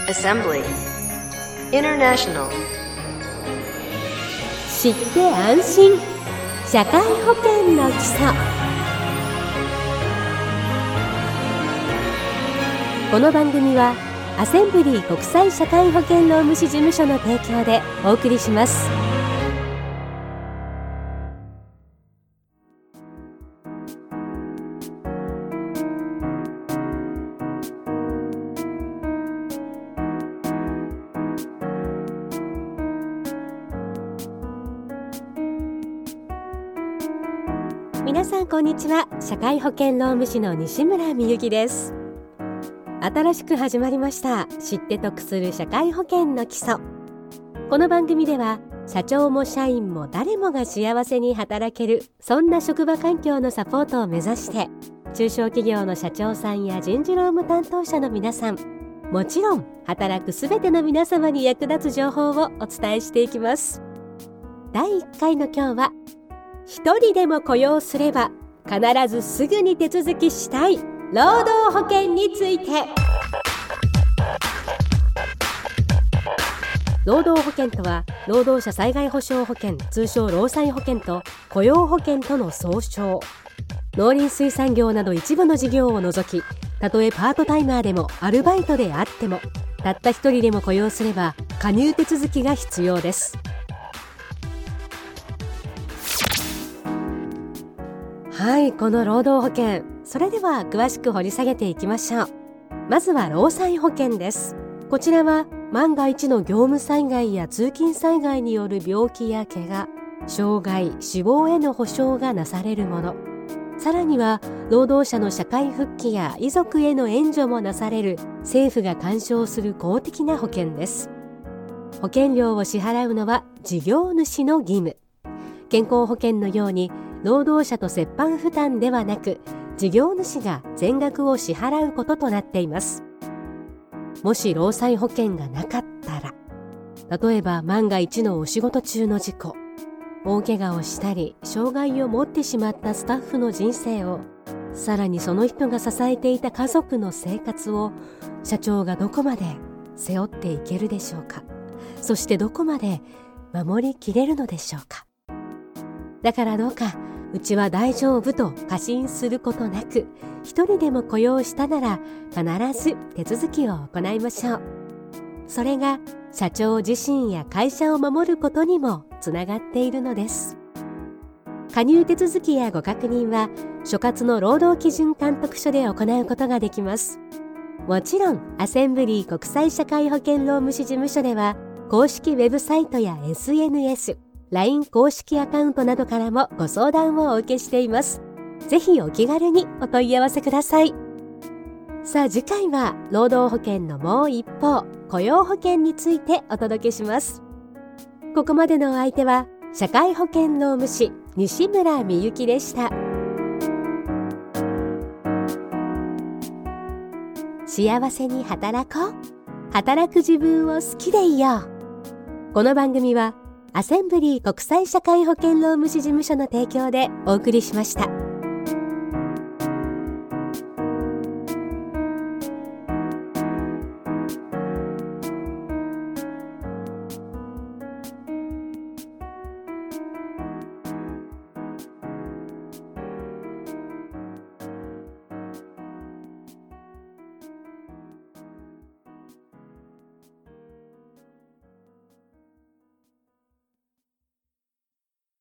Assembly International 知って安心社会保険の基礎。この番組はアセンブリー国際社会保険労務士事務所の提供でお送りします。皆さんこんにちは。社会保険労務士の西村美幸です。新しく始まりました知って得する社会保険の基礎。この番組では社長も社員も誰もが幸せに働ける、そんな職場環境のサポートを目指して、中小企業の社長さんや人事労務担当者の皆さん、もちろん働くすべての皆様に役立つ情報をお伝えしていきます。第1回の今日は、一人でも雇用すれば必ずすぐに手続きしたい労働保険について。労働保険とは、労働者災害保障保険、通称労災保険と雇用保険との総称。農林水産業など一部の事業を除き、たとえパートタイマーでもアルバイトであっても、たった一人でも雇用すれば加入手続きが必要です。はい、この労働保険、それでは詳しく掘り下げていきましょう。まずは労災保険です。こちらは万が一の業務災害や通勤災害による病気や怪我、障害、死亡への補償がなされるもの。さらには労働者の社会復帰や遺族への援助もなされる政府が干渉する公的な保険です。保険料を支払うのは事業主の義務。健康保険のように労働者と折半負担ではなく、事業主が全額を支払うこととなっています。もし労災保険がなかったら、例えば万が一のお仕事中の事故、大怪我をしたり障害を持ってしまったスタッフの人生を、さらにその人が支えていた家族の生活を社長がどこまで背負っていけるでしょうか。そしてどこまで守りきれるのでしょうか。だからどうか、うちは大丈夫と過信することなく、一人でも雇用したなら必ず手続きを行いましょう。それが社長自身や会社を守ることにもつながっているのです。加入手続きやご確認は所轄の労働基準監督署で行うことができます。もちろんアセンブリー国際社会保険労務士事務所では、公式ウェブサイトや SNS、LINE 公式アカウントなどからもご相談をお受けしています。ぜひお気軽にお問い合わせください。さあ次回は労働保険のもう一方、雇用保険についてお届けします。ここまでのお相手は社会保険労務士西村美幸でした。幸せに働こう。働く自分を好きでいよう。この番組はアセンブリー国際社会保険労務士事務所の提供でお送りしました。